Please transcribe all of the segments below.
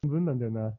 分なんだよな。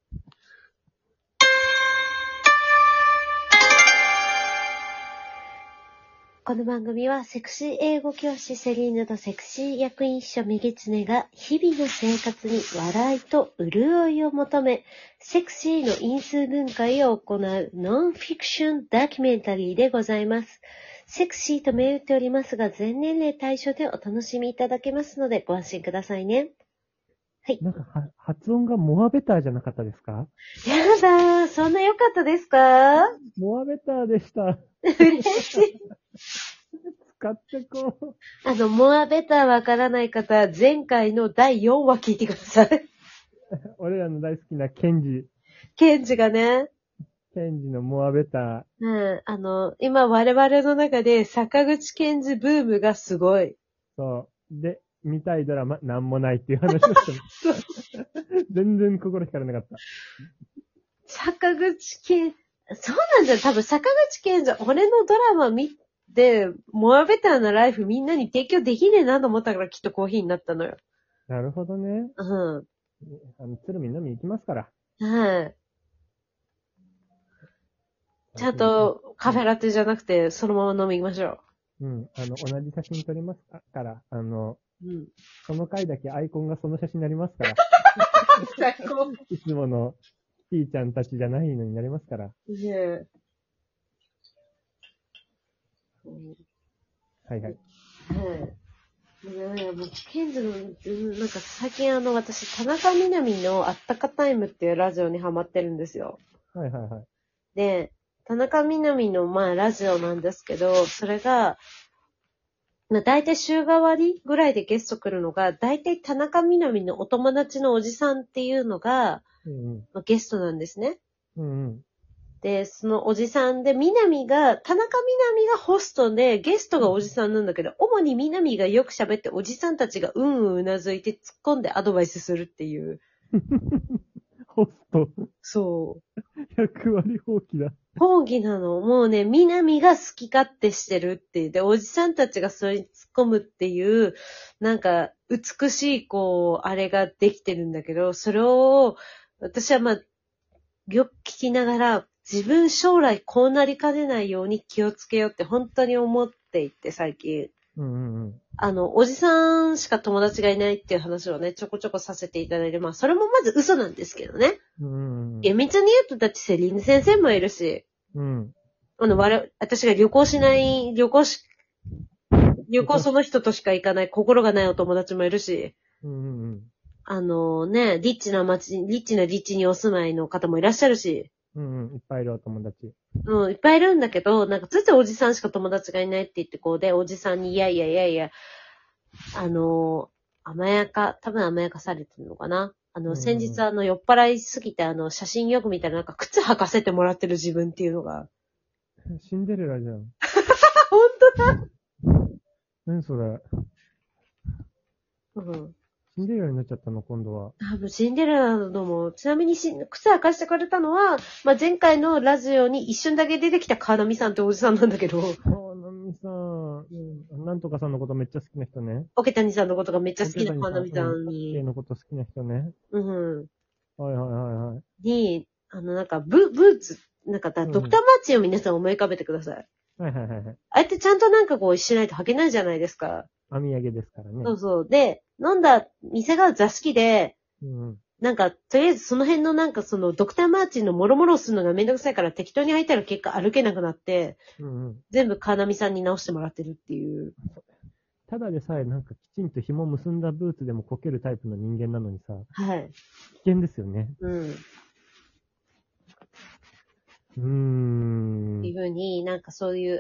この番組はセクシー英語教師セリーヌとセクシー役員秘書メギツネが日々の生活に笑いと潤いを求め、セクシーの因数分解を行うノンフィクションドキュメンタリーでございます。セクシーと銘打っておりますが、全年齢対象でお楽しみいただけますのでご安心くださいね。はい。 なんか発音がモアベターじゃなかったですか？ やだー、そんな良かったですか？ モアベターでした。 嬉しい。 使ってこう。 モアベターわからない方、前回の第4話聞いてください。 俺らの大好きなケンジがね、 のモアベター。 今我々の中で坂口健二ブームがすごい。 そう。で、見たいドラマなんもないっていう話をしてる。全然心惹かれなかった。 坂口健、そうなんだよ。多分坂口健二、俺のドラマ見て、モアベターなライフみんなに提供できねえなと思ったからきっとコーヒーになったのよ。 なるほどね。 うん。 鶴見飲み行きますから。 はい。ちゃんとカフェラテじゃなくて、そのまま飲みましょうん。同じ写真撮りますから、 う。うん。 その回だけアイコンがその写真になりますから。 最高。 いつものキティちゃんたちじゃないのになりますから。 ねえ。 はいはい。 はい。もう、ケンズの、なんか最近私、田中みな実のあったかタイムっていうラジオにハマってるんですよ。 はいはいはい。 で、田中みな実の、ラジオなんですけど、それが、だいたい週替わりぐらいでゲスト来るのが、だいたい田中みな実のお友達のおじさんっていうのが、 うんゲストなんですね。 うん。 で、そのおじさんで、田中みな実がホストで、ゲストがおじさんなんだけど、主にみな実がよく喋って、おじさんたちがうなずいて突っ込んでアドバイスするっていう。 ホスト。 そう。 100割放棄だ。 講義なの。もうね、みな実が好き勝手してるっていう。で、おじさんたちがそれに突っ込むっていう、なんか、美しい、あれができてるんだけど、それを、私はよく聞きながら、自分将来こうなりかねないように気をつけようって本当に思っていて、最近。 うんうん。 おじさんしか友達がいないっていう話をね、ちょこちょこさせていただいて、それもまず嘘なんですけどね。 うんうん。 厳密に言うと、だってセリーヌ先生もいるし、 うん。 私が旅行その人としか行かない心がないお友達もいるし、 うんうん。 リッチな立地にお住まいの方もいらっしゃるし、 うんうん。いっぱいいるお友達。 いっぱいいるんだけど、なんかついついおじさんしか友達がいないって言ってで、おじさんにいや、多分甘やかされてるのかな。先日酔っ払いすぎて写真よく見たらなんか靴履かせてもらってる自分っていうのが。 シンデレラじゃん。 本当だ。 何それ。 うん。 シンデレラになっちゃったの、今度は。 多分シンデレラのも、ちなみに靴履かしてくれたのは、前回のラジオに一瞬だけ出てきた川波さんっておじさんなんだけど。 川波さん。なんとかさんのことめっちゃ好きな人ね。 オケタニさんのことがめっちゃ好きな川波さんに。 のこと好きな人ね。 うん。 はいはいはいはい。 に、なんか、ブーツ、なんかドクターマーチンを皆さん思い浮かべてください。 はいはいはいはい。 あえてちゃんとなんかしないと履けないじゃないですか。 お土産ですからね。 そうそう。で、飲んだ店が座敷で、なんか、とりあえずその辺のなんかドクターマーチンのもろもろをするのがめんどくさいから適当に履いたら結果歩けなくなって、全部川波さんに直してもらってるっていう。 ただでさえなんかきちんと紐結んだブーツでもこけるタイプの人間なのにさ。 はい。 危険ですよね。 うん。っていう風に、なんかそういう、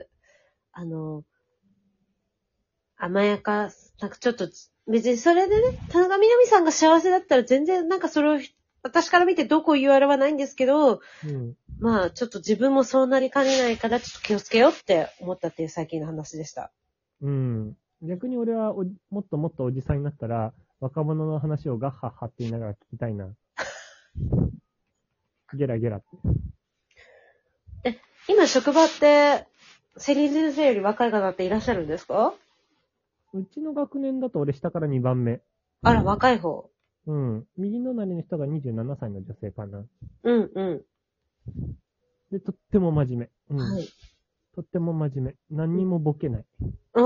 甘やか、なんかちょっと、別にそれでね、田中みな実さんが幸せだったら全然なんかそれを、私から見てどうこう言われはないんですけど、ちょっと自分もそうなりかねないからちょっと気をつけようって思ったっていう最近の話でした。 逆に俺はもっともっとおじさんになったら、若者の話をガッハッハって言いながら聞きたいな。ゲラゲラって。 今職場って、セリーヌ先生より若い方っていらっしゃるんですか？ うちの学年だと俺下から2番目。 あら、若い方。 うん。右隣の人が27歳の女性かな。 うんうん。 で、とっても真面目。うん。 はい。 とっても真面目。何にもボケない。 うん。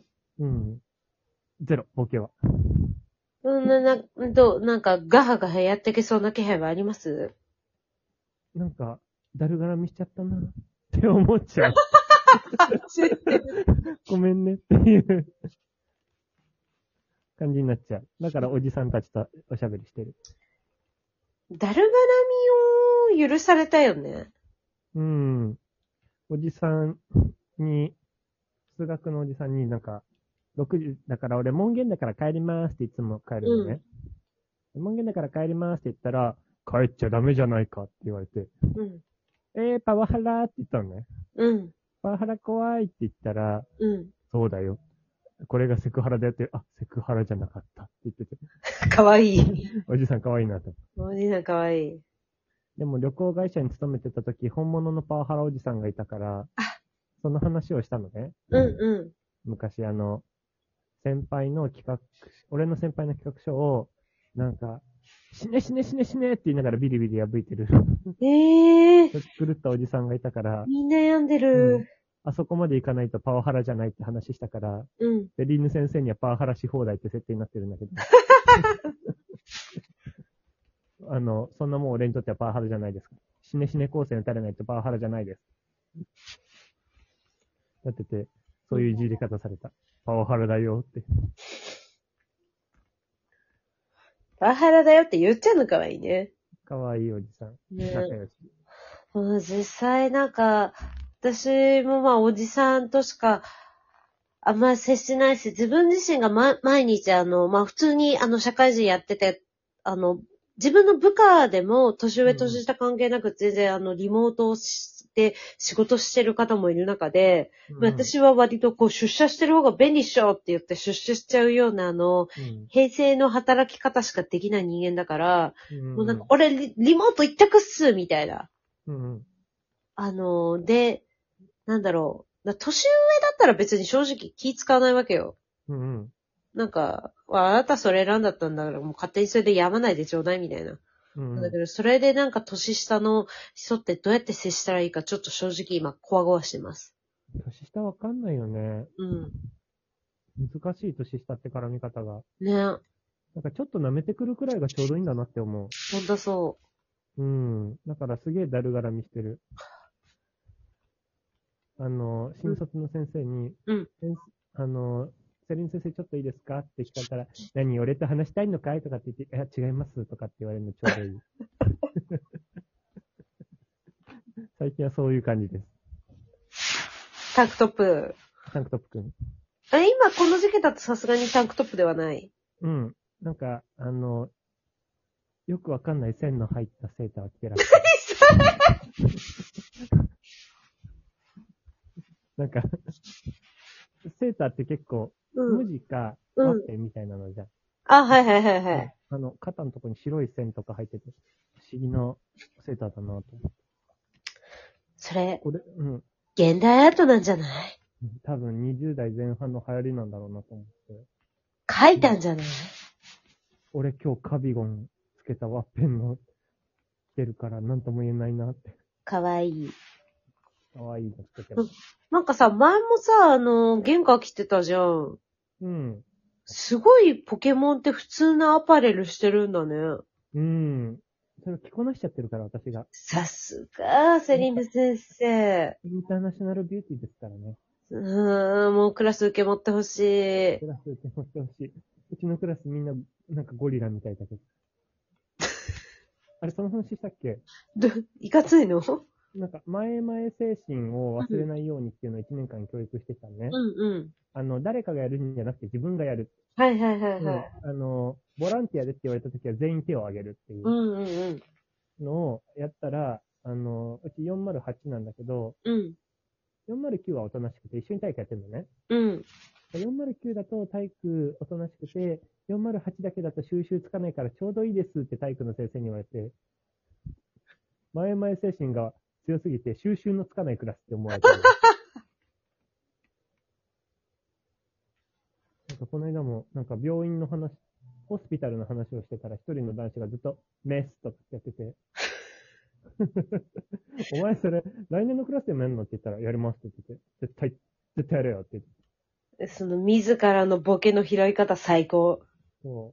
うん。ゼロ、ボケは。 うん、なんか、ガハガハやってけそうな気配はあります？ なんか、だるがらみしちゃったなって思っちゃう。ごめんねっていう感じになっちゃう。だからおじさんたちとおしゃべりしてる。 だるがらみを許されたよね。 うん。おじさんに、数学のおじさんになんか、6時、だから俺門限だから帰りますっていつも帰るのうん。 ね。門限だから帰りますって言ったら、帰っちゃダメじゃないかって言われて、 うん。 パワハラって言ったのね。 うん。 パワハラ怖いって言ったら、 うん。 そうだよ。これがセクハラだよって、あ、セクハラじゃなかったって言ってて、 かわいい。 おじさん可愛いなと。 おじさんかわいい。 でも旅行会社に勤めてた時、本物のパワハラおじさんがいたから、その話をしたのね。 うんう昔先輩の企画、俺の先輩の企画書を、なんか、死ね死ね死ね死ねって言いながらビリビリ破いてる、 ん。 狂ったおじさんがいたから、 みんな病んでうん。 る。 あそこまで行かないとパワハラじゃないって話したから、 うん。 で、リンヌ先生にはパワハラし放題って設定になってるんだけど、そんなもん俺にとってはパワハラじゃないですか。死ね死ね構成打たれないとパワハラじゃないです。やってて、そういういじり方された。パワハラだよって。 パワハラだよって言っちゃうのかわいいね。 かわいいおじさん。 ね仲良し。 実際なんか、私もまあおじさんとしかあんま接しないし、自分自身が毎日まあ普通に社会人やってて、自分の部下でも年上年下関係なく全然リモートをして仕事してる方もいる中で、 うん。 私は割とこう出社してる方が便利っしょって言って出社しちゃうようなうん。 平成の働き方しかできない人間だから、 うん。 もうなんか俺リモート一択っすみたいな。 うん。 で、なんだろう。年上だったら別に正直気使わないわけよ。 うん。 なんか、あなたそれ選んだったんだからもう勝手にそれでやまないでちょうだいみたいな。 うん。 だけど、それでなんか年下の人ってどうやって接したらいいかちょっと正直今、こわごわしてます。 年下わかんないよね。 うん。 難しい年下って絡み方が。 ね。 なんかちょっと舐めてくるくらいがちょうどいいんだなって思ほんとそう。 う。うん。だからすげえだるがらみしてる。新卒の先生に、 うん。 先セリン先生ちょっといいですかって聞かれたら、何俺と話したいのかいとかって言って、いや、違いますとかって言われるのちょうどいい。最近はそういう感じです。 タンクトップ。 タンクトップくん。 今この時期だとさすがにタンクトップではない。 うん。なんか、よくわかんない線の入ったセーターを着てらっしゃる。なんか、セーターって結構、 うん。 無地かうん。 ワッペンみたいなのじゃん。 あ、はいはいはいはい。 肩のとこに白い線とか入ってて、不思議なセーターだなと思って。 それ、 これ、うん。 現代アートなんじゃない？ 多分20代前半の流行りなんだろうなと思って。 書いたんじゃない？ 俺今日カビゴンつけたワッペンの着てるから何とも言えないなって。 かわいい。 かわいいのつけてます。 なんかさ、前もさ、玄関着てたじゃん。 うん。 すごいポケモンって普通なアパレルしてるんだね。 うん。それ着こなしちゃってるから私が。 さすが、セリンヌ先生。 インターナショナルビューティーですからね。 もうクラス受け持ってほしい。 クラス受け持ってほしい。うちのクラスみんな、なんかゴリラみたいだけど。あれ、その話したっけ？ いかついの？ なんか、前々精神を忘れないようにっていうのを1年間教育してきたのね。 うんうん。 誰かがやるんじゃなくて自分がやる。 はいはいはいはい。 ボランティアでって言われた時は全員手を挙げるっていううんうんうん。 のをやったら、うち408なんだけど、 うん。 409はおとなしくて一緒に体育やってるのね。 うん。 409だと体育おとなしくて、408だけだと収集つかないからちょうどいいですって体育の先生に言われて、前々精神が強すぎて収集のつかないクラスって思われてる。なんかこの間も、なんか病院の話、 ホスピタルの話をしてたら、一人の男子がずっと、メスとかってやってて、お前それ、来年のクラスでもやるのって言ったら、やりますって言ってて、絶対やれよって言って。 その自らのボケの拾い方最高。 そう。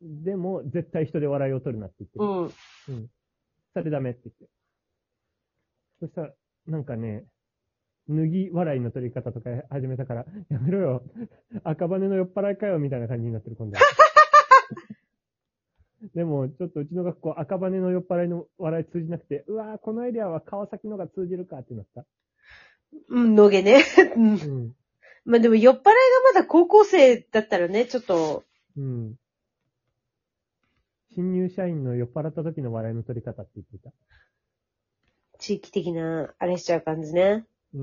でも、絶対人で笑いを取るなって言ってる。うん。それダメって言って。そしたら、なんかね、脱ぎ笑いの取り方とか始めたから、やめろよ。赤羽の酔っ払いかよ、みたいな感じになってる、今度は。でも、ちょっとうちの学校、赤羽の酔っ払いの笑い通じなくて、うわー、このアイデアは川崎のが通じるかってなった。 うん、のげね。 うん。 まあでも酔っ払いがまだ高校生だったらね、ちょっと。 うん。新入社員の酔っ払った時の笑いの取り方って言ってた。 地域的な、あれしちゃう感じね。 うん。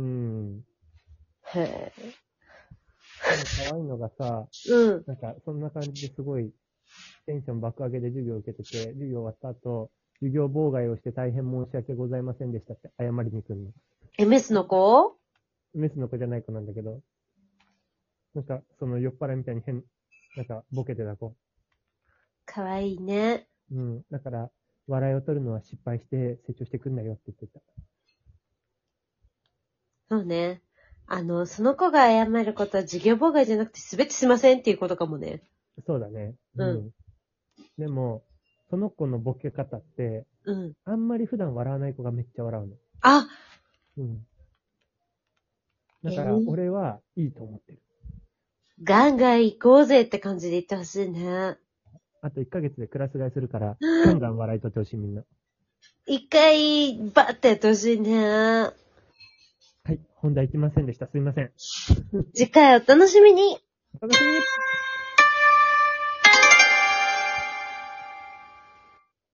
へえ。 可愛いのがさ、なんか、そんな感じですごい、テンション爆上げで授業を受けてて、授業終わった後、授業妨害をして大変申し訳ございませんでしたって謝りに来るの。 MS の子？ メスの子じゃない子なんだけど、なんか、その酔っ払いみたいになんか、ボケてた子。 かわいいね。 うん。だから、笑いを取るのは失敗して成長してくんだよって言ってた。 そうね。その子が謝ることは授業妨害じゃなくてすべてすいませんっていうことかもね。 そうだね。 うん。 でも、その子のボケ方って、 うん。 あんまり普段笑わない子がめっちゃ笑うの。 あ、 うん。だから、俺はいいと思ってる。 ガンガン行こうぜって感じで言ってほしいね。 あと1ヶ月でクラス替えするから、ガンガン笑いとってほしいみんな。 一回、バッてやってほしいね。 はい、本題行きませんでした。すいません。 次回お楽しみに。 お楽しみに。